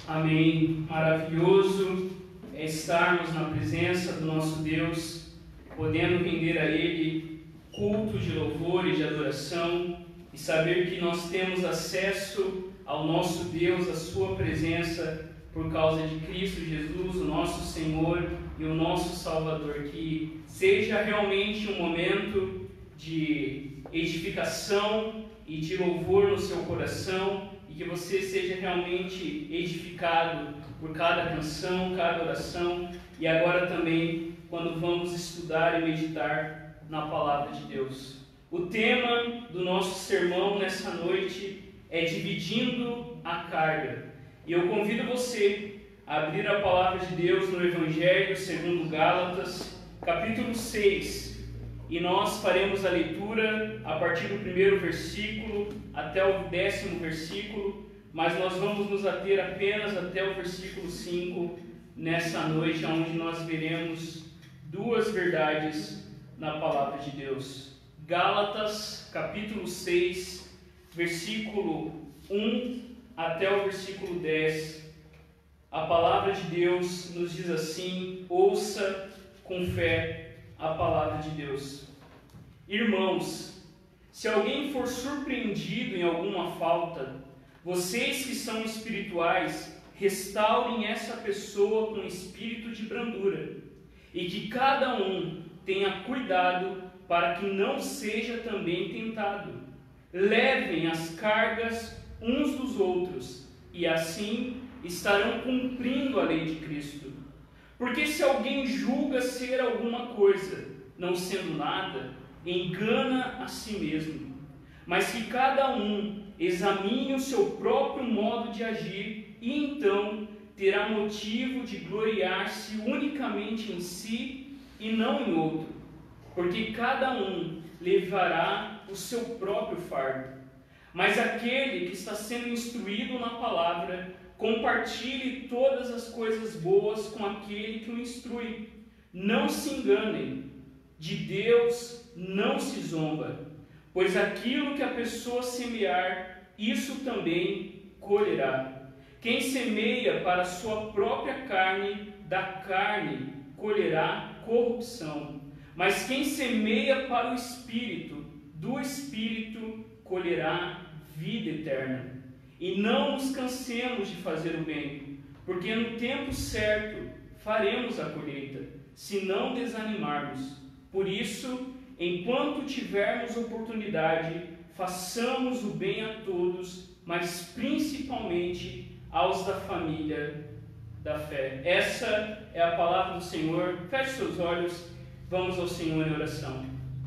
Amém. Maravilhoso é estarmos na presença do nosso Deus, podendo render a Ele culto de louvor e de adoração e saber que nós temos acesso ao nosso Deus, à sua presença, por causa de Cristo Jesus, o nosso Senhor e o nosso Salvador. Que seja realmente um momento de edificação e de louvor no seu coração, e que você seja realmente edificado por cada canção, cada oração, e agora também quando vamos estudar e meditar na Palavra de Deus. O tema do nosso sermão nessa noite é dividindo a carga. E eu convido você a abrir a Palavra de Deus no Evangelho segundo Gálatas, capítulo 6, e nós faremos a leitura a partir do primeiro versículo até o 10º versículo, mas nós vamos nos ater apenas até o versículo 5 nessa noite, onde nós veremos duas verdades na Palavra de Deus. Gálatas, capítulo 6, versículo 1 até o versículo 10. A Palavra de Deus nos diz assim: ouça com fé a Palavra de Deus. Irmãos, se alguém for surpreendido em alguma falta, vocês que são espirituais, restaurem essa pessoa com espírito de brandura, e que cada um tenha cuidado para que não seja também tentado. Levem as cargas uns dos outros, e assim estarão cumprindo a lei de Cristo. Porque se alguém julga ser alguma coisa, não sendo nada, engana a si mesmo. Mas que cada um examine o seu próprio modo de agir, e então terá motivo de gloriar-se unicamente em si e não em outro. Porque cada um levará o seu próprio fardo. Mas aquele que está sendo instruído na palavra, compartilhe todas as coisas boas com aquele que o instrui. Não se enganem, de Deus não se zomba, pois aquilo que a pessoa semear, isso também colherá. Quem semeia para a sua própria carne, da carne colherá corrupção. Mas quem semeia para o Espírito, do Espírito colherá vida eterna. E não nos cansemos de fazer o bem, porque no tempo certo faremos a colheita, se não desanimarmos. Por isso, enquanto tivermos oportunidade, façamos o bem a todos, mas principalmente aos da família da fé. Essa é a palavra do Senhor. Feche seus olhos, vamos ao Senhor em oração.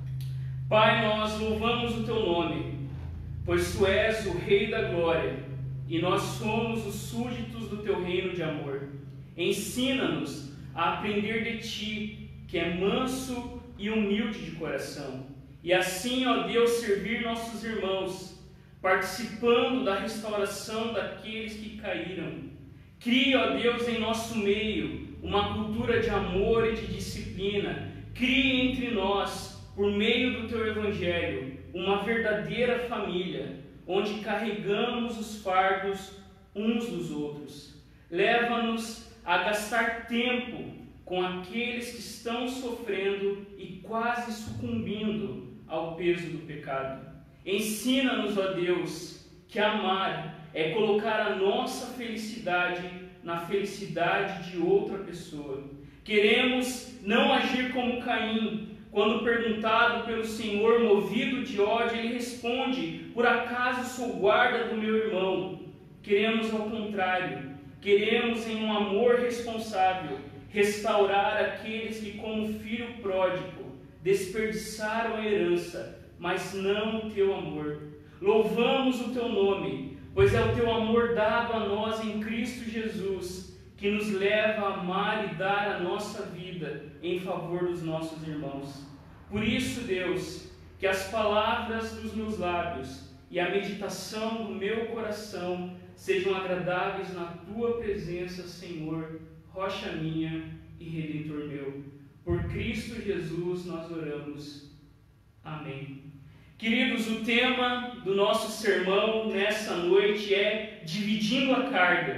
Pai, nós louvamos o Teu nome, pois Tu és o Rei da Glória, e nós somos os súditos do Teu reino de amor. Ensina-nos a aprender de Ti, que é manso e humilde de coração, e assim, ó Deus, servir nossos irmãos, participando da restauração daqueles que caíram. Crie, ó Deus, em nosso meio uma cultura de amor e de disciplina. Crie entre nós, por meio do Teu Evangelho, uma verdadeira família, onde carregamos os fardos uns dos outros. Leva-nos a gastar tempo com aqueles que estão sofrendo e quase sucumbindo ao peso do pecado. Ensina-nos, ó Deus, que amar é colocar a nossa felicidade na felicidade de outra pessoa. Queremos não agir como Caim. Quando perguntado pelo Senhor, movido de ódio, ele responde: por acaso sou guarda do meu irmão? Queremos ao contrário, queremos em um amor responsável restaurar aqueles que, como filho pródigo, desperdiçaram a herança, mas não o Teu amor. Louvamos o Teu nome, pois é o Teu amor dado a nós em Cristo Jesus, que nos leva a amar e dar a nossa vida em favor dos nossos irmãos. Por isso, Deus, que as palavras dos meus lábios e a meditação do meu coração sejam agradáveis na Tua presença, Senhor, rocha minha e Redentor meu. Por Cristo Jesus nós oramos. Amém. Queridos, o tema do nosso sermão nessa noite é dividindo a carga.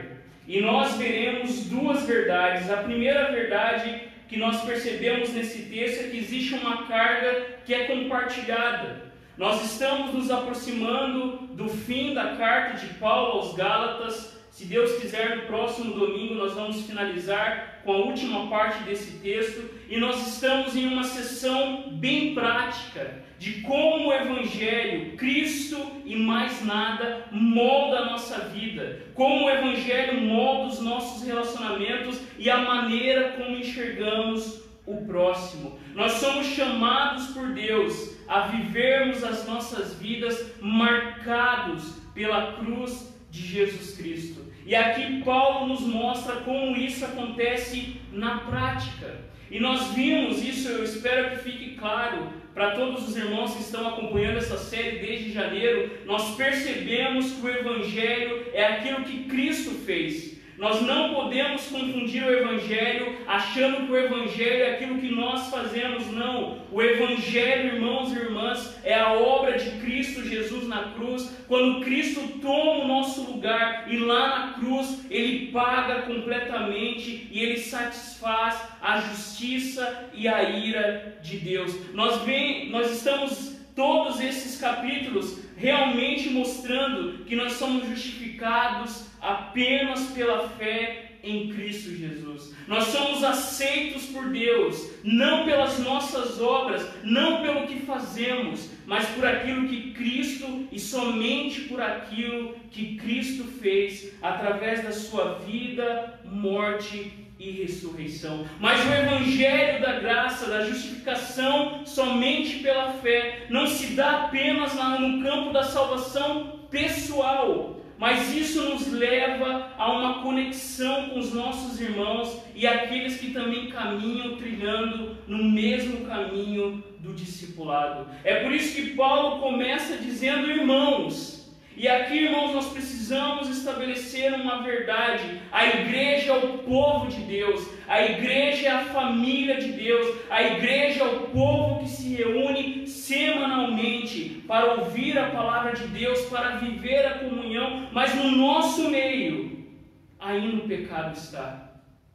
e nós veremos duas verdades. A primeira verdade que nós percebemos nesse texto é que existe uma carga que é compartilhada. Nós estamos nos aproximando do fim da carta de Paulo aos Gálatas. Se Deus quiser, no próximo domingo nós vamos finalizar com a última parte desse texto, e nós estamos em uma sessão bem prática de como o Evangelho, Cristo e mais nada, molda a nossa vida, como o Evangelho molda os nossos relacionamentos e a maneira como enxergamos o próximo. Nós somos chamados por Deus a vivermos as nossas vidas marcados pela cruz de Jesus Cristo. E aqui Paulo nos mostra como isso acontece na prática. E nós vimos isso, eu espero que fique claro para todos os irmãos que estão acompanhando essa série desde janeiro. Nós percebemos que o Evangelho é aquilo que Cristo fez. Nós não podemos confundir o Evangelho achando que o Evangelho é aquilo que nós fazemos. Não. O Evangelho, irmãos e irmãs, é a obra de Cristo Jesus na cruz. Quando Cristo toma o nosso lugar e lá na cruz Ele paga completamente e Ele satisfaz a justiça e a ira de Deus. Nós estamos todos esses capítulos realmente mostrando que nós somos justificados apenas pela fé em Cristo Jesus. Nós somos aceitos por Deus, não pelas nossas obras, não pelo que fazemos, mas por aquilo que Cristo e somente por aquilo que Cristo fez através da sua vida, morte e ressurreição. Mas o Evangelho da graça, da justificação somente pela fé, não se dá apenas no campo da salvação pessoal, mas isso nos leva a uma conexão com os nossos irmãos e aqueles que também caminham trilhando no mesmo caminho do discipulado. É por isso que Paulo começa dizendo irmãos. E aqui, irmãos, nós precisamos estabelecer uma verdade. A igreja é o povo de Deus, a igreja é a família de Deus, a igreja é o povo que se reúne semanalmente para ouvir a palavra de Deus, para viver a comunhão, mas no nosso meio ainda o pecado está.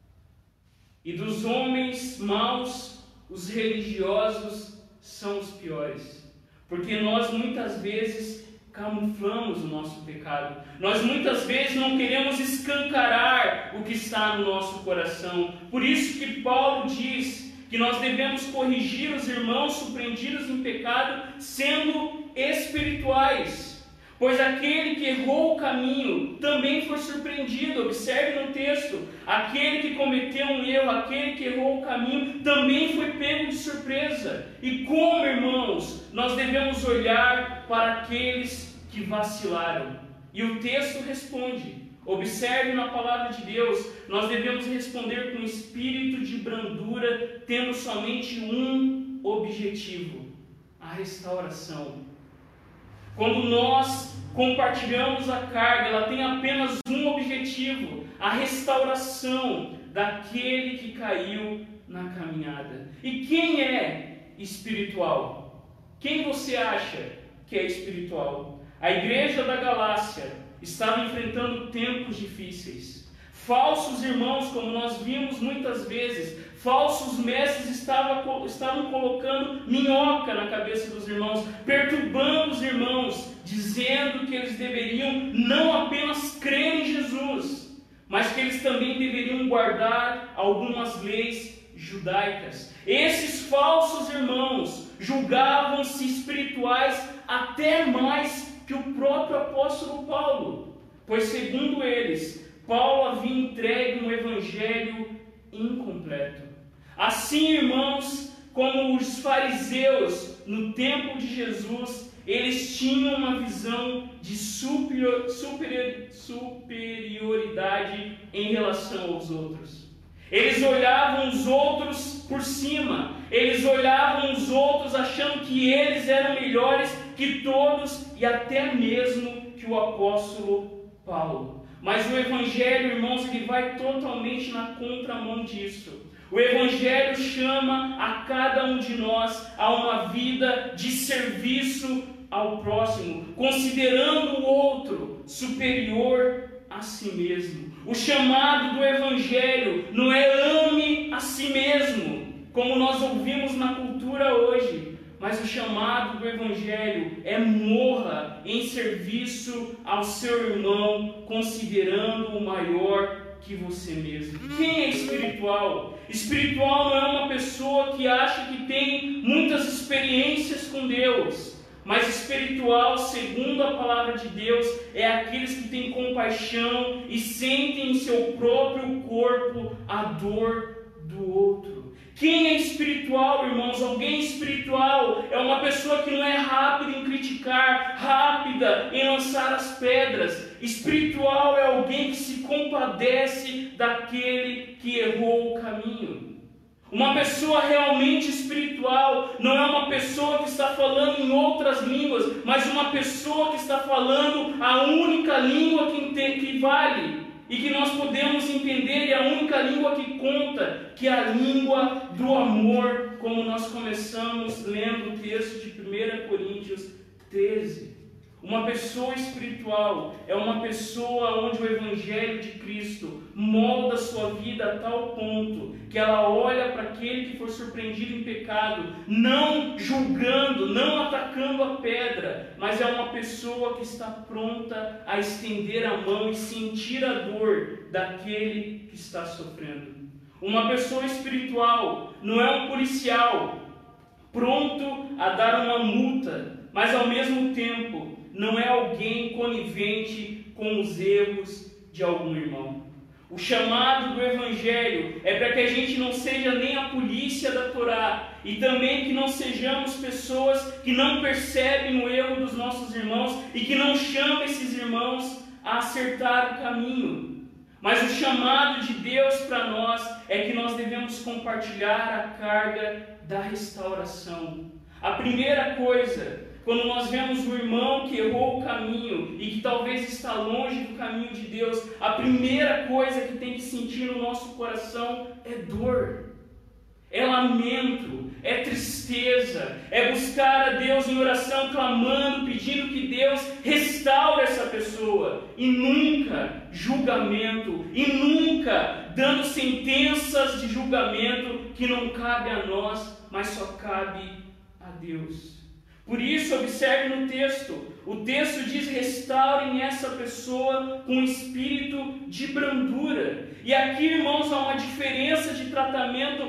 E dos homens maus, os religiosos são os piores, porque nós muitas vezes camuflamos o nosso pecado. Nós muitas vezes não queremos escancarar o que está no nosso coração. Por isso que Paulo diz que nós devemos corrigir os irmãos surpreendidos em pecado sendo espirituais. Pois aquele que errou o caminho também foi surpreendido. Observe no texto. Aquele que cometeu um erro, aquele que errou o caminho, também foi pego de surpresa. E como, irmãos, nós devemos olhar para aqueles que vacilaram? E o texto responde. Observe na palavra de Deus. Nós devemos responder com espírito de brandura, tendo somente um objetivo: a restauração. Quando nós compartilhamos a carga, ela tem apenas um objetivo: a restauração daquele que caiu na caminhada. E quem é espiritual? Quem você acha que é espiritual? A igreja da Galácia estava enfrentando tempos difíceis. Falsos irmãos, como nós vimos muitas vezes, falsos mestres estavam colocando minhoca na cabeça dos irmãos, perturbando os irmãos, dizendo que eles deveriam não apenas crer em Jesus, mas que eles também deveriam guardar algumas leis judaicas. Esses falsos irmãos julgavam-se espirituais até mais que o próprio apóstolo Paulo, pois segundo eles, Paulo havia entregue um evangelho incompleto. Assim, irmãos, como os fariseus no tempo de Jesus, eles tinham uma visão de superioridade em relação aos outros. Eles olhavam os outros por cima, eles olhavam os outros achando que eles eram melhores que todos e até mesmo que o apóstolo Paulo. Mas o Evangelho, irmãos, ele vai totalmente na contramão disso. O Evangelho chama a cada um de nós a uma vida de serviço ao próximo, considerando o outro superior a si mesmo. O chamado do Evangelho não é ame a si mesmo, como nós ouvimos na cultura hoje, mas o chamado do Evangelho é morra em serviço ao seu irmão, considerando-o maior que você mesmo. Quem é espiritual? Espiritual não é uma pessoa que acha que tem muitas experiências com Deus, mas espiritual, segundo a palavra de Deus, é aqueles que têm compaixão e sentem em seu próprio corpo a dor do outro. Quem é espiritual, irmãos? Alguém espiritual é uma pessoa que não é rápida em criticar, rápida em lançar as pedras. Espiritual é alguém que se compadece daquele que errou o caminho. Uma pessoa realmente espiritual não é uma pessoa que está falando em outras línguas, mas uma pessoa que está falando a única língua que vale e que nós podemos entender, e a única língua que conta, que é a língua do amor, como nós começamos lendo o texto de 1 Coríntios 13. Uma pessoa espiritual é uma pessoa onde o Evangelho de Cristo molda a sua vida a tal ponto que ela olha para aquele que for surpreendido em pecado, não julgando, não atacando a pedra, mas é uma pessoa que está pronta a estender a mão e sentir a dor daquele que está sofrendo. Uma pessoa espiritual não é um policial pronto a dar uma multa, mas ao mesmo tempo não é alguém conivente com os erros de algum irmão. O chamado do Evangelho é para que a gente não seja nem a polícia da Torá, e também que não sejamos pessoas que não percebem o erro dos nossos irmãos e que não chamam esses irmãos a acertar o caminho. Mas o chamado de Deus para nós é que nós devemos compartilhar a carga da restauração. A primeira coisa, quando nós vemos o irmão que errou o caminho e que talvez está longe do caminho de Deus, a primeira coisa que tem que sentir no nosso coração é dor, é lamento, é tristeza, é buscar a Deus em oração, clamando, pedindo que Deus restaure essa pessoa, e nunca julgamento, e nunca dando sentenças de julgamento que não cabe a nós, mas só cabe a Deus. Por isso, observe no texto, o texto diz: restaurem essa pessoa com espírito de brandura. E aqui, irmãos, há uma diferença de tratamento,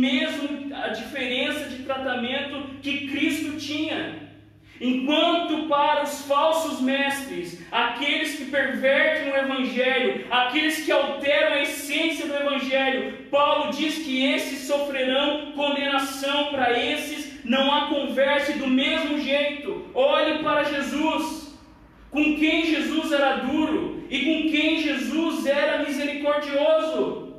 a diferença de tratamento que Cristo tinha. Enquanto para os falsos mestres, aqueles que pervertem o Evangelho, aqueles que alteram a essência do Evangelho, Paulo diz que esses sofrerão condenação. Para esses não há conversa, e do mesmo jeito, olhe para Jesus, com quem Jesus era duro e com quem Jesus era misericordioso.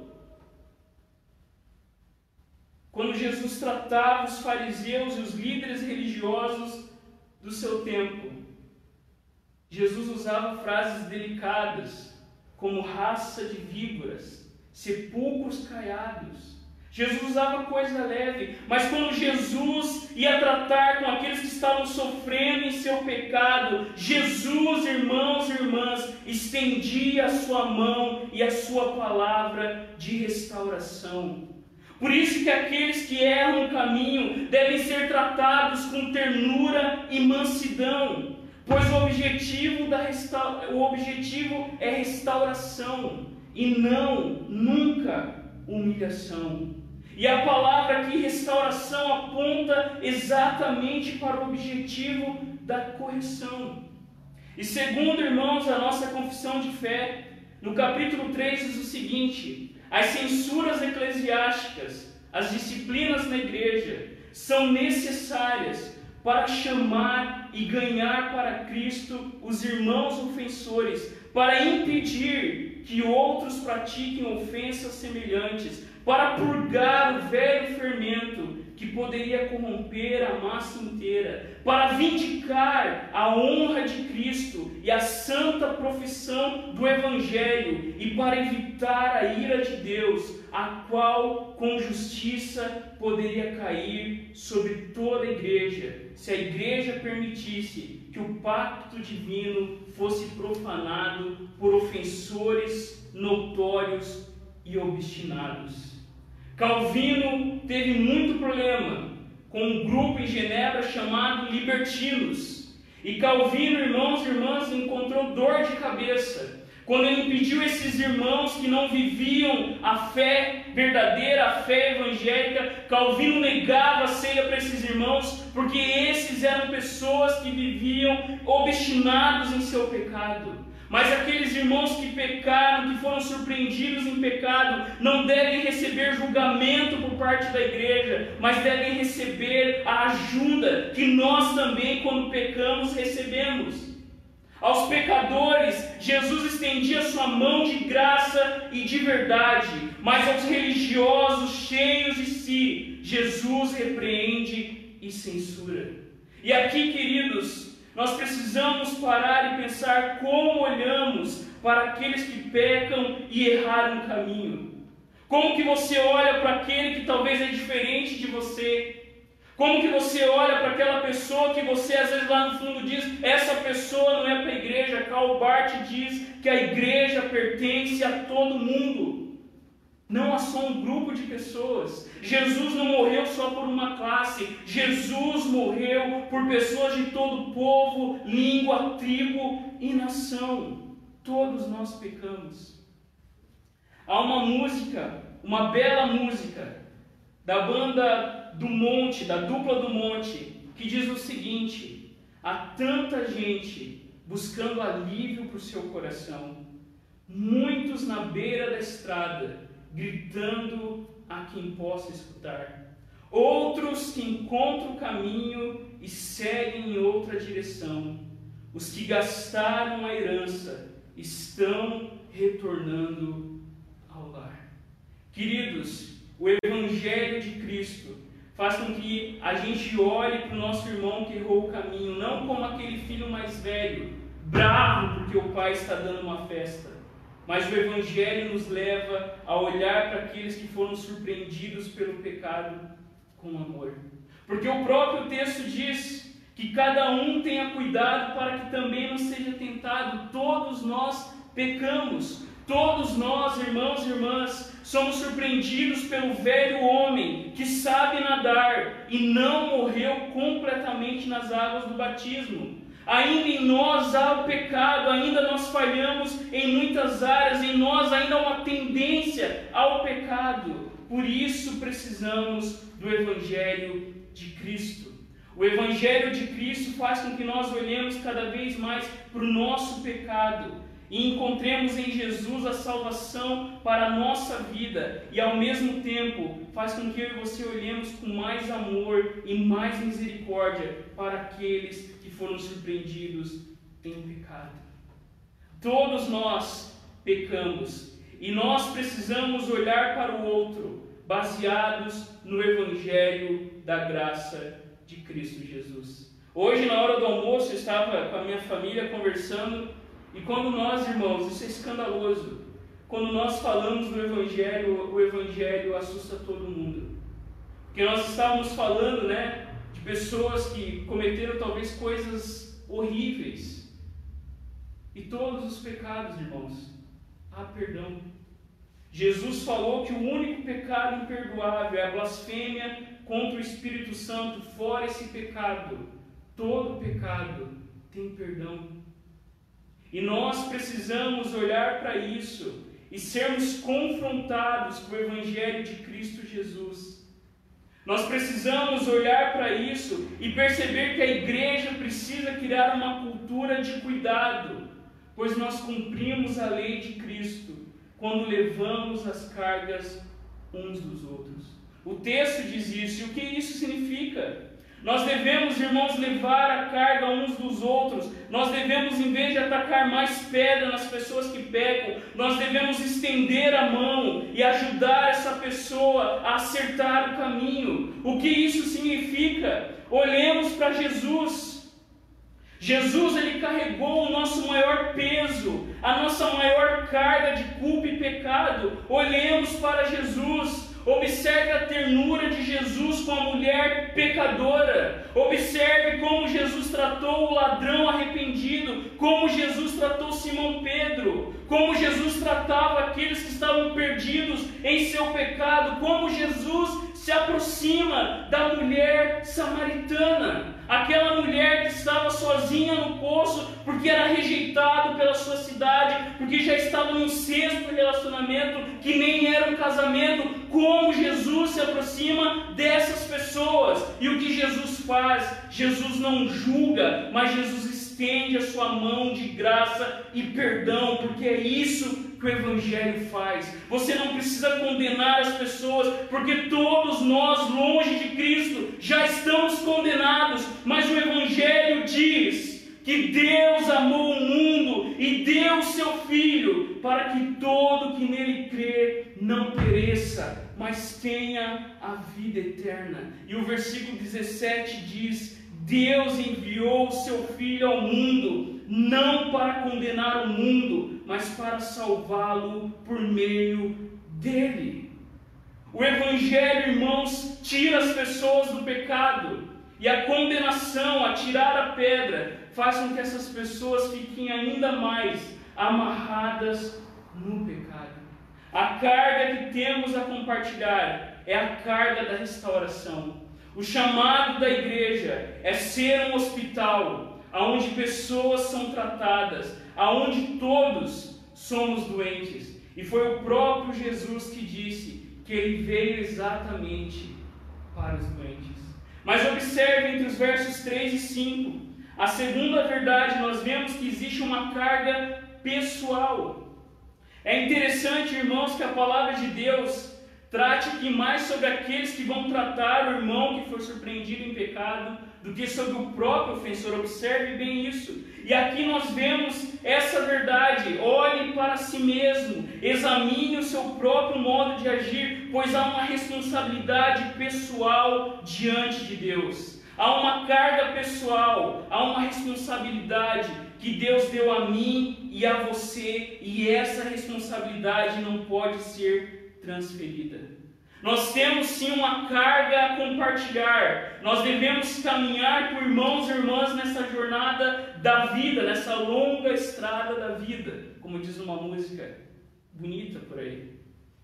Quando Jesus tratava os fariseus e os líderes religiosos do seu tempo, Jesus usava frases delicadas, como raça de víboras, sepulcros caiados. Jesus usava coisa leve, mas quando Jesus ia tratar com aqueles que estavam sofrendo em seu pecado, Jesus, irmãos e irmãs, estendia a sua mão e a sua palavra de restauração. Por isso que aqueles que erram o caminho devem ser tratados com ternura e mansidão, pois o objetivo é restauração e não, nunca, humilhação. E a palavra aqui, restauração, aponta exatamente para o objetivo da correção. E segundo, irmãos, a nossa confissão de fé, no capítulo 3 diz o seguinte: as censuras eclesiásticas, as disciplinas na igreja, são necessárias para chamar e ganhar para Cristo os irmãos ofensores, para impedir que outros pratiquem ofensas semelhantes, para purgar o velho fermento que poderia corromper a massa inteira, para vindicar a honra de Cristo e a santa profissão do Evangelho, e para evitar a ira de Deus, a qual com justiça poderia cair sobre toda a igreja, se a igreja permitisse que o pacto divino fosse profanado por ofensores notórios e obstinados. Calvino teve muito problema com um grupo em Genebra chamado libertinos. E Calvino, irmãos e irmãs, encontrou dor de cabeça quando ele impediu esses irmãos que não viviam a fé verdadeira, a fé evangélica. Calvino negava a ceia para esses irmãos, porque esses eram pessoas que viviam obstinados em seu pecado. Mas aqueles irmãos que pecaram, que foram surpreendidos em pecado, não devem receber julgamento por parte da igreja, mas devem receber a ajuda que nós também, quando pecamos, recebemos. Aos pecadores, Jesus estendia sua mão de graça e de verdade, mas aos religiosos cheios de si, Jesus repreende e censura. E aqui, queridos, nós precisamos parar e pensar como olhamos para aqueles que pecam e erraram o caminho. Como que você olha para aquele que talvez é diferente de você? Como que você olha para aquela pessoa que você às vezes lá no fundo diz, essa pessoa não é para a igreja? Karl Barth diz que a igreja pertence a todo mundo, não a só um grupo de pessoas. Jesus não morreu só por uma classe, Jesus morreu por pessoas de todo povo, língua, tribo e nação. Todos nós pecamos. Há uma música, uma bela música, da banda do Monte, da dupla do Monte, que diz o seguinte: há tanta gente buscando alívio para o seu coração, muitos na beira da estrada, gritando a quem possa escutar, outros que encontram o caminho e seguem em outra direção, os que gastaram a herança estão retornando ao lar. Queridos, o Evangelho de Cristo faz com que a gente olhe para o nosso irmão que errou o caminho, não como aquele filho mais velho, bravo porque o pai está dando uma festa, mas o Evangelho nos leva a olhar para aqueles que foram surpreendidos pelo pecado com amor. Porque o próprio texto diz que cada um tenha cuidado para que também não seja tentado. Todos nós pecamos. Todos nós, irmãos e irmãs, somos surpreendidos pelo velho homem que sabe nadar e não morreu completamente nas águas do batismo. Ainda em nós há o pecado, ainda nós falhamos em muitas áreas, em nós ainda há uma tendência ao pecado. Por isso precisamos do Evangelho de Cristo. O Evangelho de Cristo faz com que nós olhemos cada vez mais para o nosso pecado e encontremos em Jesus a salvação para a nossa vida, e ao mesmo tempo faz com que eu e você olhemos com mais amor e mais misericórdia para aqueles que foram surpreendidos em pecado. Todos nós pecamos e nós precisamos olhar para o outro baseados no Evangelho da graça de Cristo Jesus. Hoje, na hora do almoço, eu estava com a minha família conversando. E quando nós, irmãos, isso é escandaloso, quando nós falamos do Evangelho, o Evangelho assusta todo mundo. Porque nós estávamos falando, de pessoas que cometeram talvez coisas horríveis. E todos os pecados, irmãos, há perdão. Jesus falou que o único pecado imperdoável é a blasfêmia contra o Espírito Santo. Fora esse pecado, todo pecado tem perdão. E nós precisamos olhar para isso e sermos confrontados com o Evangelho de Cristo Jesus. Nós precisamos olhar para isso e perceber que a igreja precisa criar uma cultura de cuidado, pois nós cumprimos a lei de Cristo quando levamos as cargas uns dos outros. O texto diz isso. E o que isso significa? Nós devemos, irmãos, levar a carga uns dos outros. Nós devemos, em vez de atacar mais pedra nas pessoas que pecam, nós devemos estender a mão e ajudar essa pessoa a acertar o caminho. O que isso significa? Olhemos para Jesus. Jesus, ele carregou o nosso maior peso, a nossa maior carga de culpa e pecado. Olhemos para Jesus. Observe a ternura de Jesus com a mulher pecadora. Observe como Jesus tratou o ladrão arrependido, como Jesus tratou Simão Pedro, como Jesus tratava aqueles que estavam perdidos em seu pecado, como Jesus se aproxima da mulher samaritana, aquela mulher que estava sozinha no poço porque era rejeitado pela sua cidade, porque já estava num sexto relacionamento que nem era um casamento. Como Jesus se aproxima dessas pessoas, e o que Jesus faz? Jesus não julga, mas Jesus estende a sua mão de graça e perdão, porque é isso que o Evangelho faz. Você não precisa condenar as pessoas, porque todos nós, longe de Cristo, já estamos condenados, mas o Evangelho diz que Deus amou o mundo e deu o seu Filho, para que todo que nele crê não pereça, mas tenha a vida eterna. E o versículo 17 diz: Deus enviou o seu Filho ao mundo, não para condenar o mundo, mas para salvá-lo por meio dele. O Evangelho, irmãos, tira as pessoas do pecado, e a condenação, a tirar a pedra, faz com que essas pessoas fiquem ainda mais amarradas no pecado. A carga que temos a compartilhar é a carga da restauração. O chamado da igreja é ser um hospital, onde pessoas são tratadas, onde todos somos doentes. E foi o próprio Jesus que disse que ele veio exatamente para os doentes. Mas observe entre os versos 3 e 5, a segunda verdade, nós vemos que existe uma carga pessoal. É interessante, irmãos, que a palavra de Deus trate aqui mais sobre aqueles que vão tratar o irmão que foi surpreendido em pecado, do que sobre o próprio ofensor. Observe bem isso. E aqui nós vemos essa verdade. Olhe para si mesmo, examine o seu próprio modo de agir, pois há uma responsabilidade pessoal diante de Deus. Há uma carga pessoal, há uma responsabilidade que Deus deu a mim e a você, e essa responsabilidade não pode ser transferida. Nós temos sim uma carga a compartilhar. Nós devemos caminhar com irmãos e irmãs nessa jornada da vida, nessa longa estrada da vida, como diz uma música bonita por aí.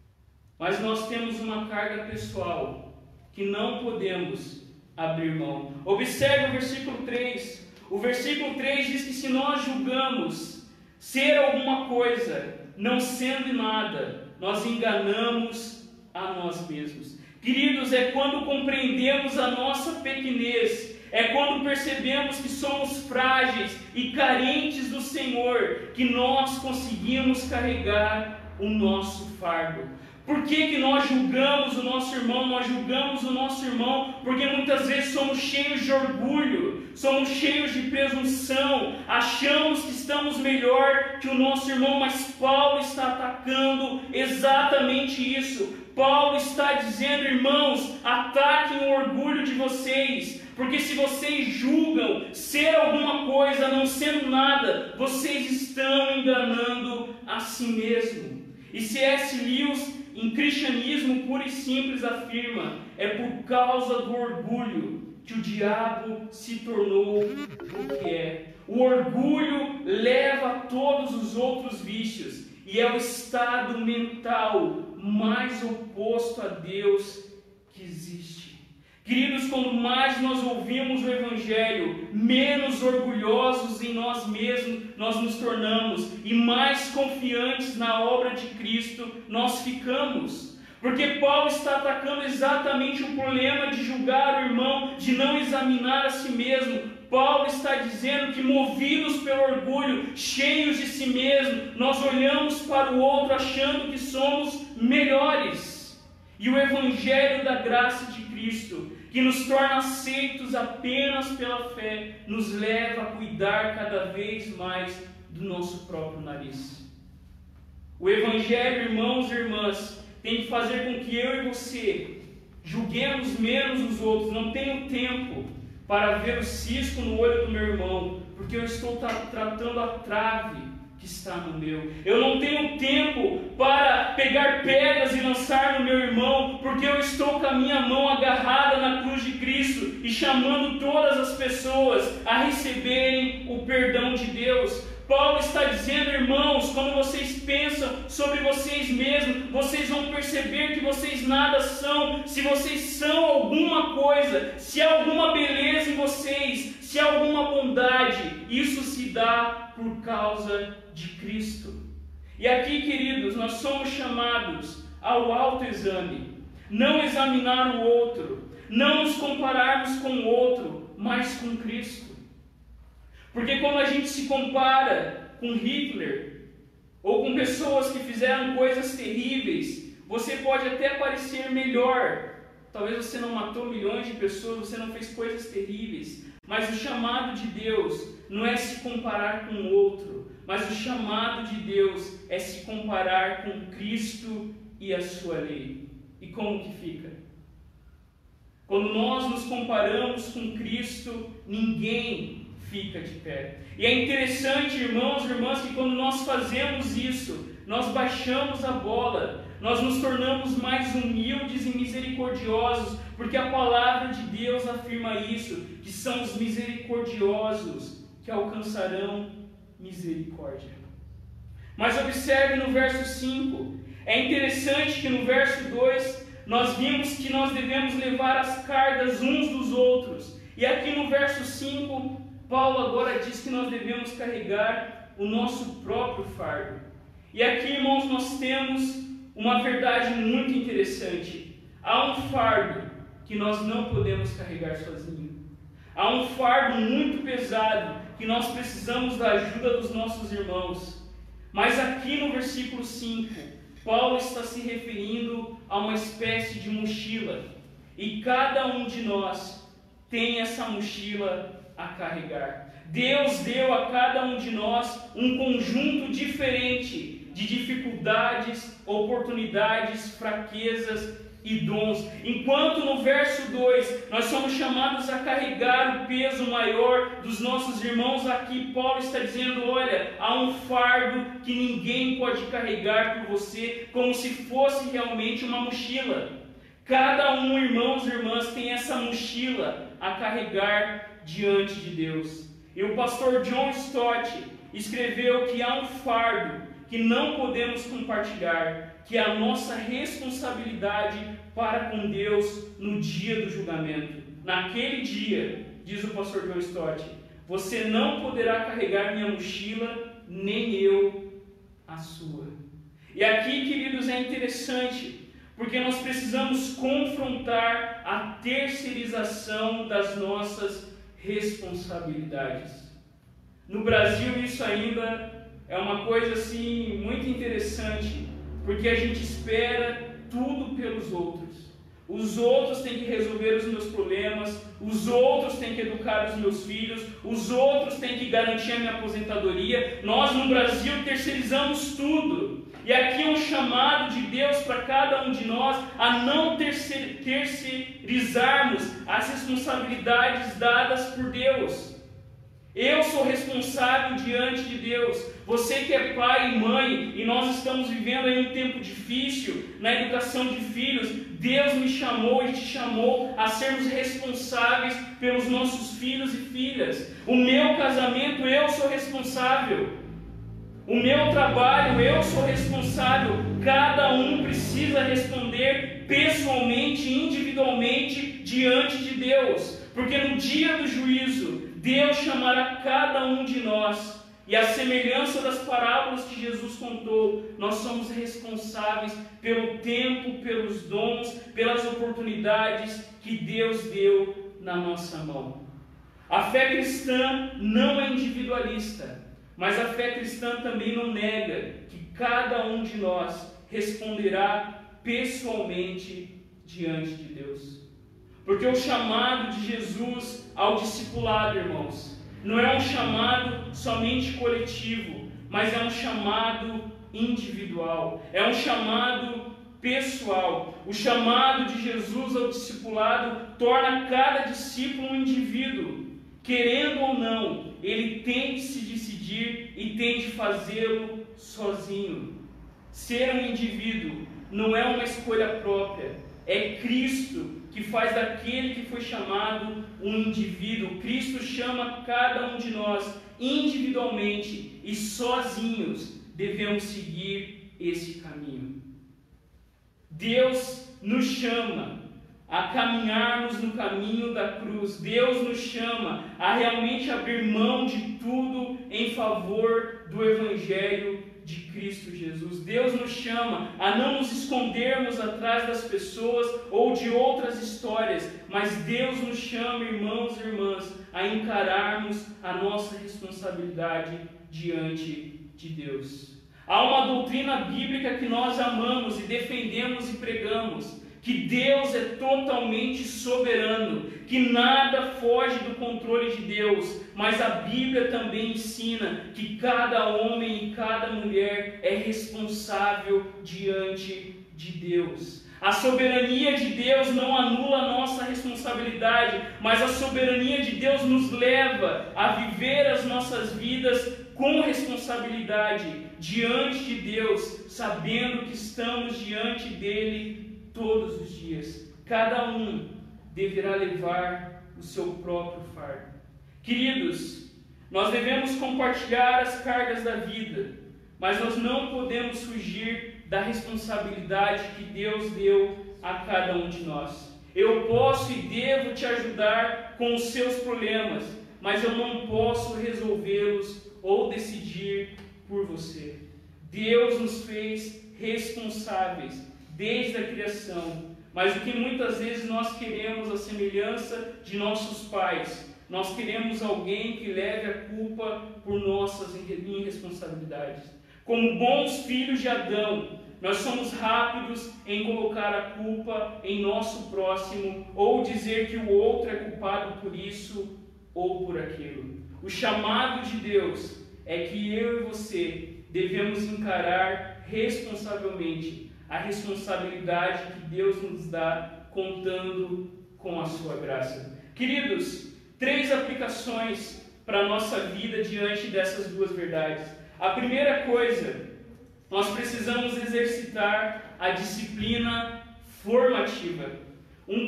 Mas nós temos uma carga pessoal que não podemos abrir mão. Observe o versículo 3. O versículo 3 diz que se nós julgamos ser alguma coisa, não sendo nada, nós enganamos a nós mesmos. Queridos, é quando compreendemos a nossa pequenez, é quando percebemos que somos frágeis e carentes do Senhor, que nós conseguimos carregar o nosso fardo. Por que nós julgamos o nosso irmão? Nós julgamos o nosso irmão porque muitas vezes somos cheios de orgulho, somos cheios de presunção, achamos que estamos melhor que o nosso irmão, mas Paulo está atacando exatamente isso. Paulo está dizendo, irmãos, ataquem o orgulho de vocês, porque se vocês julgam ser alguma coisa não sendo nada, vocês estão enganando a si mesmo. E C.S. Lewis, em Cristianismo Puro e Simples, afirma: é por causa do orgulho que o diabo se tornou o que é. O orgulho leva a todos os outros vícios, e é o estado mental mais oposto a Deus que existe. Queridos, quando mais nós ouvimos o Evangelho, menos orgulhosos em nós mesmos nós nos tornamos, e mais confiantes na obra de Cristo nós ficamos. Porque Paulo está atacando exatamente o problema de julgar o irmão, de não examinar a si mesmo. Paulo está dizendo que, movidos pelo orgulho, cheios de si mesmo, nós olhamos para o outro achando que somos melhores. E o Evangelho da graça de Cristo, que nos torna aceitos apenas pela fé, nos leva a cuidar cada vez mais do nosso próprio nariz. O Evangelho, irmãos e irmãs, tem que fazer com que eu e você julguemos menos os outros. Não tenho tempo para ver o cisco no olho do meu irmão, porque eu estou tratando a trave que está no meu. Eu não tenho tempo para pegar pedras e lançar no meu irmão, porque eu estou com a minha mão agarrada na cruz de Cristo e chamando todas as pessoas a receberem o perdão de Deus. Paulo está dizendo, irmãos, quando vocês pensam sobre vocês mesmos, vocês vão perceber que vocês nada são. Se vocês são alguma coisa, se há alguma beleza em vocês, se há alguma bondade, isso se dá por causa de Cristo. E aqui, queridos, nós somos chamados ao autoexame, não examinar o outro, não nos compararmos com o outro, mas com Cristo. Porque quando a gente se compara com Hitler, ou com pessoas que fizeram coisas terríveis, você pode até parecer melhor. Talvez você não matou milhões de pessoas, você não fez coisas terríveis, mas o chamado de Deus não é se comparar com o outro, mas o chamado de Deus é se comparar com Cristo e a sua lei. E como que fica? Quando nós nos comparamos com Cristo, ninguém fica de pé. E é interessante, irmãos e irmãs, que quando nós fazemos isso, nós baixamos a bola, nós nos tornamos mais humildes e misericordiosos, porque a palavra de Deus afirma isso, que são os misericordiosos que alcançarão misericórdia. Mas observe no verso 5, é interessante que no verso 2, nós vimos que nós devemos levar as cargas uns dos outros, e aqui no verso 5, Paulo agora diz que nós devemos carregar o nosso próprio fardo. E aqui, irmãos, nós temos uma verdade muito interessante. Há um fardo que nós não podemos carregar sozinho. Há um fardo muito pesado que nós precisamos da ajuda dos nossos irmãos. Mas aqui no versículo 5, Paulo está se referindo a uma espécie de mochila. E cada um de nós tem essa mochila a carregar. Deus deu a cada um de nós um conjunto diferente de dificuldades, oportunidades, fraquezas e dons. Enquanto no verso 2 nós somos chamados a carregar o peso maior dos nossos irmãos, aqui Paulo está dizendo, olha, há um fardo que ninguém pode carregar por você, como se fosse realmente uma mochila. Cada um, irmãos e irmãs, tem essa mochila a carregar diante de Deus. E o pastor John Stott escreveu que há um fardo que não podemos compartilhar, que é a nossa responsabilidade para com Deus no dia do julgamento. Naquele dia, diz o pastor John Stott, você não poderá carregar minha mochila, nem eu a sua. E aqui, queridos, é interessante, porque nós precisamos confrontar a terceirização das nossas responsabilidades. No Brasil isso ainda é uma coisa assim muito interessante, porque a gente espera tudo pelos outros. Os outros têm que resolver os meus problemas, os outros têm que educar os meus filhos, os outros têm que garantir a minha aposentadoria. Nós no Brasil terceirizamos tudo. E aqui é um chamado de Deus para cada um de nós a não terceirizarmos as responsabilidades dadas por Deus. Eu sou responsável diante de Deus. Você que é pai e mãe, e nós estamos vivendo aí um tempo difícil na educação de filhos, Deus me chamou e te chamou a sermos responsáveis pelos nossos filhos e filhas. O meu casamento, eu sou responsável. O meu trabalho, eu sou responsável. Cada um precisa responder pessoalmente, individualmente, diante de Deus. Porque no dia do juízo, Deus chamará cada um de nós. E a semelhança das parábolas que Jesus contou, nós somos responsáveis pelo tempo, pelos dons, pelas oportunidades que Deus deu na nossa mão. A fé cristã não é individualista, mas a fé cristã também não nega que cada um de nós responderá pessoalmente diante de Deus. Porque o chamado de Jesus ao discipulado, irmãos, não é um chamado somente coletivo, mas é um chamado individual, é um chamado pessoal. O chamado de Jesus ao discipulado torna cada discípulo um indivíduo. Querendo ou não, ele tem que se decidir e tem de fazê-lo sozinho. Ser um indivíduo não é uma escolha própria, é Cristo que faz daquele que foi chamado um indivíduo. Cristo chama cada um de nós individualmente e sozinhos devemos seguir esse caminho. Deus nos chama a caminharmos no caminho da cruz. Deus nos chama a realmente abrir mão de tudo em favor do Evangelho de Cristo Jesus. Deus nos chama a não nos escondermos atrás das pessoas ou de outras histórias, mas Deus nos chama, irmãos e irmãs, a encararmos a nossa responsabilidade diante de Deus. Há uma doutrina bíblica que nós amamos e defendemos e pregamos, que Deus é totalmente soberano, que nada foge do controle de Deus, mas a Bíblia também ensina que cada homem e cada mulher é responsável diante de Deus. A soberania de Deus não anula a nossa responsabilidade, mas a soberania de Deus nos leva a viver as nossas vidas com responsabilidade diante de Deus, sabendo que estamos diante dele todos os dias. Cada um deverá levar o seu próprio fardo. Queridos, nós devemos compartilhar as cargas da vida, mas nós não podemos fugir da responsabilidade que Deus deu a cada um de nós. Eu posso e devo te ajudar com os seus problemas, mas eu não posso resolvê-los ou decidir por você. Deus nos fez responsáveis desde a criação, mas o que muitas vezes nós queremos, a semelhança de nossos pais, nós queremos alguém que leve a culpa por nossas irresponsabilidades. Como bons filhos de Adão, nós somos rápidos em colocar a culpa em nosso próximo ou dizer que o outro é culpado por isso ou por aquilo. O chamado de Deus é que eu e você devemos encarar responsavelmente a responsabilidade que Deus nos dá, contando com a sua graça. Queridos, 3 aplicações para a nossa vida diante dessas duas verdades. A primeira coisa, nós precisamos exercitar a disciplina formativa. Um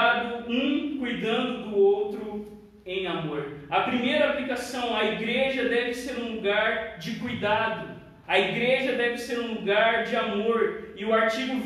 cuidando do outro em amor. A primeira aplicação, a igreja deve ser um lugar de cuidado. A igreja deve ser um lugar de amor. E o artigo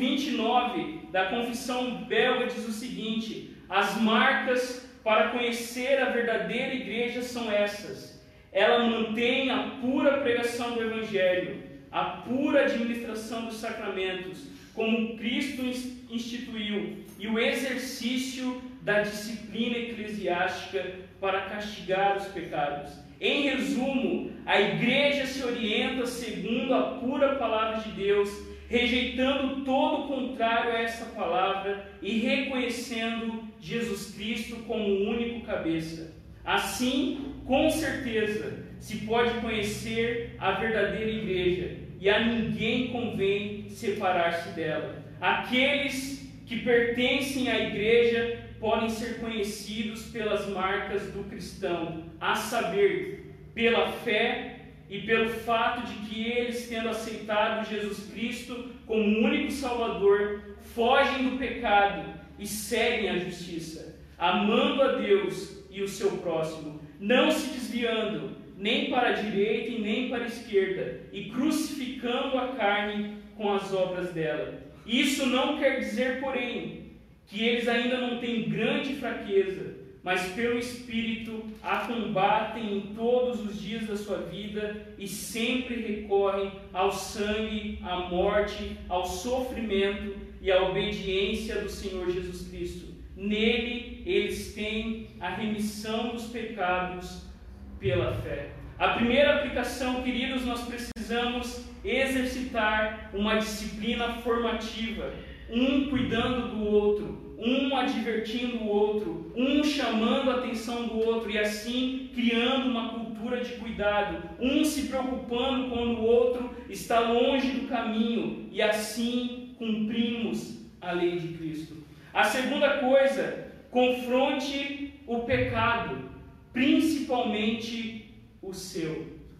29 da Confissão Belga diz o seguinte: as marcas para conhecer a verdadeira igreja são essas. Ela mantém a pura pregação do Evangelho, a pura administração dos sacramentos, como Cristo instituiu, e o exercício da disciplina eclesiástica para castigar os pecados. Em resumo, a igreja se orienta segundo a pura palavra de Deus, rejeitando todo o contrário a essa palavra e reconhecendo Jesus Cristo como o único cabeça. Assim, com certeza, se pode conhecer a verdadeira igreja, e a ninguém convém separar-se dela. Aqueles que pertencem à igreja podem ser conhecidos pelas marcas do cristão, a saber, pela fé e pelo fato de que eles, tendo aceitado Jesus Cristo como o único Salvador, fogem do pecado e seguem a justiça, amando a Deus e o seu próximo, não se desviando nem para a direita e nem para a esquerda, e crucificando a carne com as obras dela. Isso não quer dizer, porém, que eles ainda não têm grande fraqueza, mas pelo Espírito a combatem em todos os dias da sua vida e sempre recorrem ao sangue, à morte, ao sofrimento e à obediência do Senhor Jesus Cristo. Nele eles têm a remissão dos pecados pela fé. A primeira aplicação, queridos, nós precisamos exercitar uma disciplina formativa, um cuidando do outro, um advertindo o outro, um chamando a atenção do outro e assim criando uma cultura de cuidado, um se preocupando quando o outro está longe do caminho e assim cumprimos a lei de Cristo. A segunda coisa, confronte o pecado, principalmente o seu.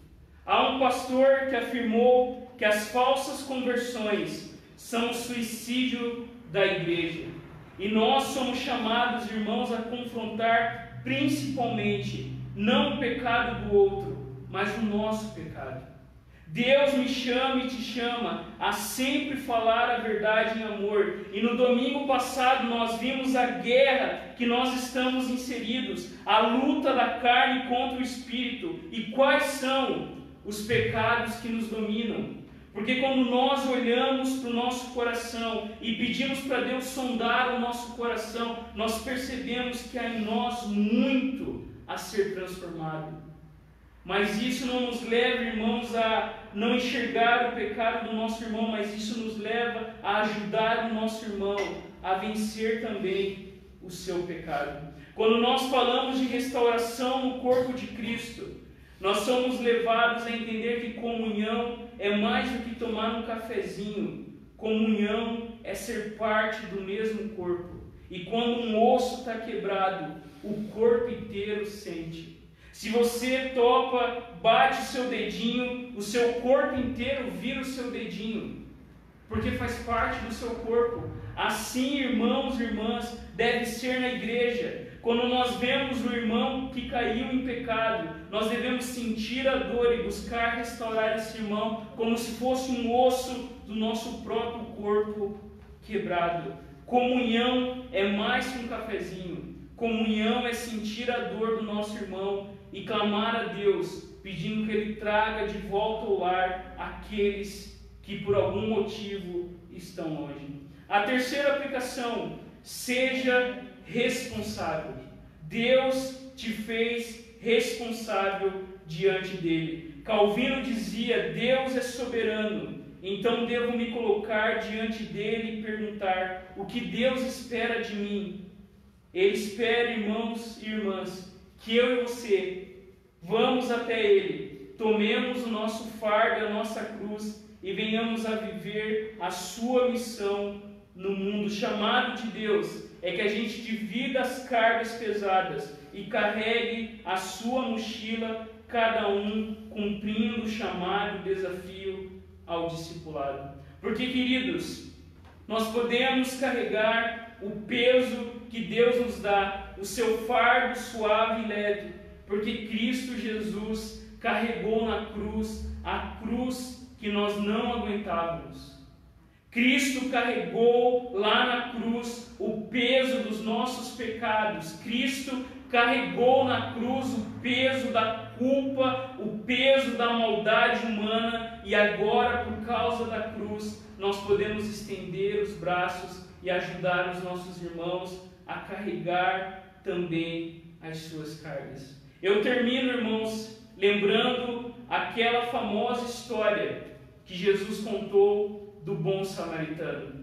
Há um pastor que afirmou que as falsas conversões são o suicídio da igreja. E nós somos chamados, irmãos, a confrontar principalmente não o pecado do outro, mas o nosso pecado. Deus me chama e te chama a sempre falar a verdade em amor. E no domingo passado nós vimos a guerra que nós estamos inseridos, a luta da carne contra o espírito. E quais são os pecados que nos dominam? Porque quando nós olhamos para o nosso coração e pedimos para Deus sondar o nosso coração, nós percebemos que há em nós muito a ser transformado. Mas isso não nos leva, irmãos, a não enxergar o pecado do nosso irmão, mas isso nos leva a ajudar o nosso irmão a vencer também o seu pecado. Quando nós falamos de restauração no corpo de Cristo, nós somos levados a entender que comunhão é mais do que tomar um cafezinho. Comunhão é ser parte do mesmo corpo. E quando um osso está quebrado, o corpo inteiro sente. Se você topa, bate o seu dedinho, o seu corpo inteiro vira o seu dedinho, porque faz parte do seu corpo. Assim, irmãos e irmãs, deve ser na igreja. Quando nós vemos o irmão que caiu em pecado, nós devemos sentir a dor e buscar restaurar esse irmão como se fosse um osso do nosso próprio corpo quebrado. Comunhão é mais que um cafezinho. Comunhão é sentir a dor do nosso irmão e clamar a Deus, pedindo que Ele traga de volta ao lar aqueles que por algum motivo estão longe. A terceira aplicação: seja responsável. Deus te fez responsável diante dele. Calvino dizia: Deus é soberano, então devo me colocar diante dele e perguntar: o que Deus espera de mim? Ele espera, irmãos e irmãs, que eu e você vamos até Ele, tomemos o nosso fardo, a nossa cruz e venhamos a viver a sua missão no mundo. O chamado de Deus é que a gente divida as cargas pesadas e carregue a sua mochila, cada um cumprindo o chamado e o desafio ao discipulado. Porque, queridos, nós podemos carregar o peso que Deus nos dá, o seu fardo suave e leve, porque Cristo Jesus carregou na cruz a cruz que nós não aguentávamos. Cristo carregou lá na cruz o peso dos nossos pecados. Cristo carregou na cruz o peso da culpa, o peso da maldade humana, e agora, por causa da cruz, nós podemos estender os braços e ajudar os nossos irmãos a carregar também as suas cargas. Eu termino, irmãos, lembrando aquela famosa história que Jesus contou do bom samaritano.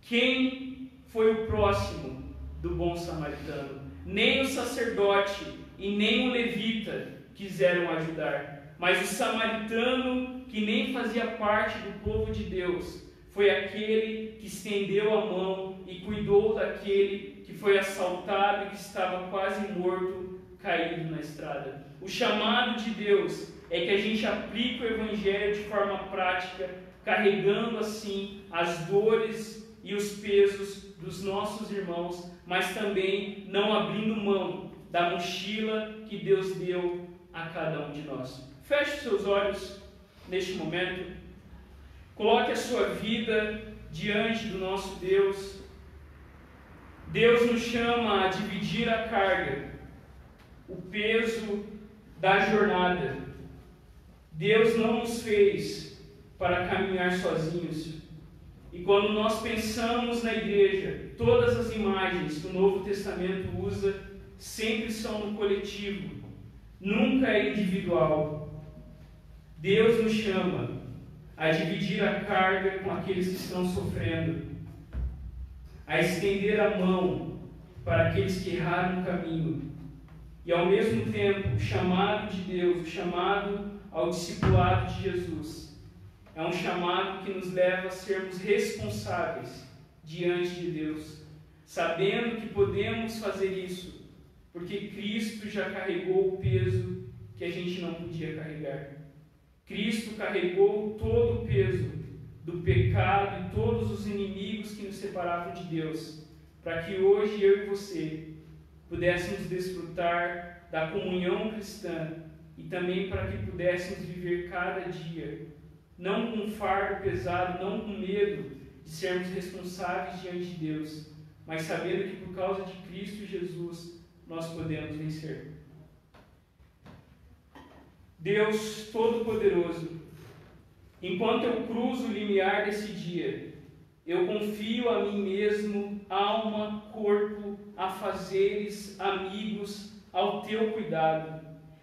Quem foi o próximo do bom samaritano? Nem o sacerdote e nem o levita quiseram ajudar, mas o samaritano, que nem fazia parte do povo de Deus, foi aquele que estendeu a mão e cuidou daquele que foi assaltado e que estava quase morto, caído na estrada. O chamado de Deus é que a gente aplique o Evangelho de forma prática, carregando assim as dores e os pesos dos nossos irmãos, mas também não abrindo mão da mochila que Deus deu a cada um de nós. Feche os seus olhos neste momento, coloque a sua vida diante do nosso Deus. Deus nos chama a dividir a carga, o peso da jornada. Deus não nos fez para caminhar sozinhos. E quando nós pensamos na igreja, todas as imagens que o Novo Testamento usa sempre são no coletivo, nunca é individual. Deus nos chama a dividir a carga com aqueles que estão sofrendo, a estender a mão para aqueles que erraram o caminho. E ao mesmo tempo, o chamado de Deus, o chamado ao discipulado de Jesus, é um chamado que nos leva a sermos responsáveis diante de Deus, sabendo que podemos fazer isso, porque Cristo já carregou o peso que a gente não podia carregar. Cristo carregou todo o peso do pecado e todos os inimigos que nos separavam de Deus, para que hoje eu e você pudéssemos desfrutar da comunhão cristã e também para que pudéssemos viver cada dia, não com fardo pesado, não com medo de sermos responsáveis diante de Deus, mas sabendo que por causa de Cristo Jesus nós podemos vencer. Deus Todo-Poderoso, enquanto eu cruzo o limiar desse dia, eu confio a mim mesmo, alma, corpo, afazeres, amigos, ao teu cuidado.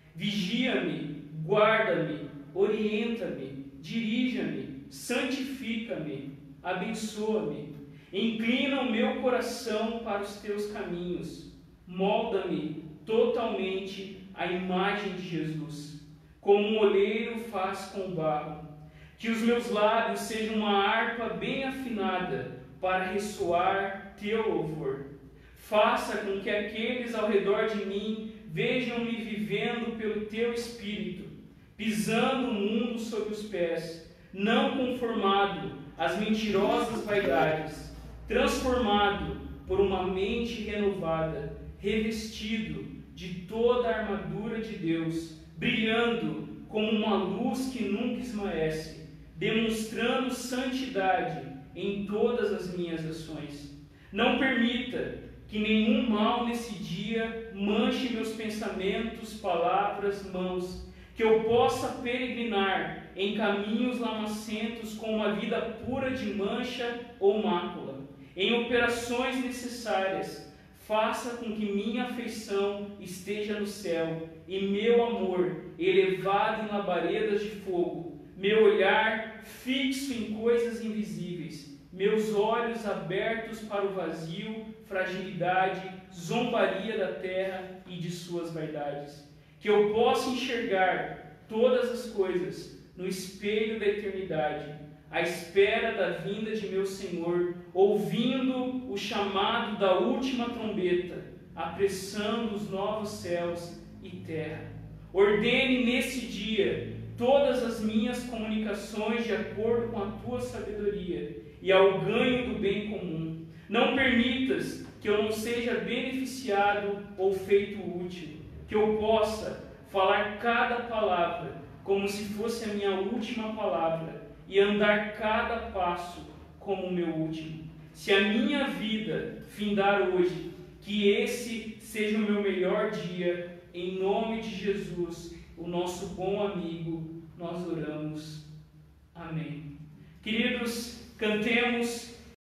Vigia-me, guarda-me, orienta-me, dirija-me, santifica-me, abençoa-me. Inclina o meu coração para os teus caminhos. Molda-me totalmente à imagem de Jesus, como um oleiro faz com o barro. Que os meus lábios sejam uma harpa bem afinada para ressoar teu louvor. Faça com que aqueles ao redor de mim vejam-me vivendo pelo teu Espírito, pisando o mundo sob os pés, não conformado às mentirosas vaidades, transformado por uma mente renovada, revestido de toda a armadura de Deus, brilhando como uma luz que nunca esmaece, demonstrando santidade em todas as minhas ações. Não permita que nenhum mal nesse dia manche meus pensamentos, palavras, mãos, que eu possa peregrinar em caminhos lamacentos com uma vida pura de mancha ou mácula. Em operações necessárias, faça com que minha afeição esteja no céu e meu amor elevado em labaredas de fogo, meu olhar fixo em coisas invisíveis, meus olhos abertos para o vazio, fragilidade, zombaria da terra e de suas vaidades. Que eu possa enxergar todas as coisas no espelho da eternidade, à espera da vinda de meu Senhor, ouvindo o chamado da última trombeta, apressando os novos céus e terra. Ordene nesse dia todas as minhas comunicações de acordo com a tua sabedoria e ao ganho do bem comum. Não permitas que eu não seja beneficiado ou feito útil, que eu possa falar cada palavra como se fosse a minha última palavra e andar cada passo como o meu último. Se a minha vida findar hoje, que esse seja o meu melhor dia, em nome de Jesus, o nosso bom amigo, nós oramos. Amém. Queridos, cantemos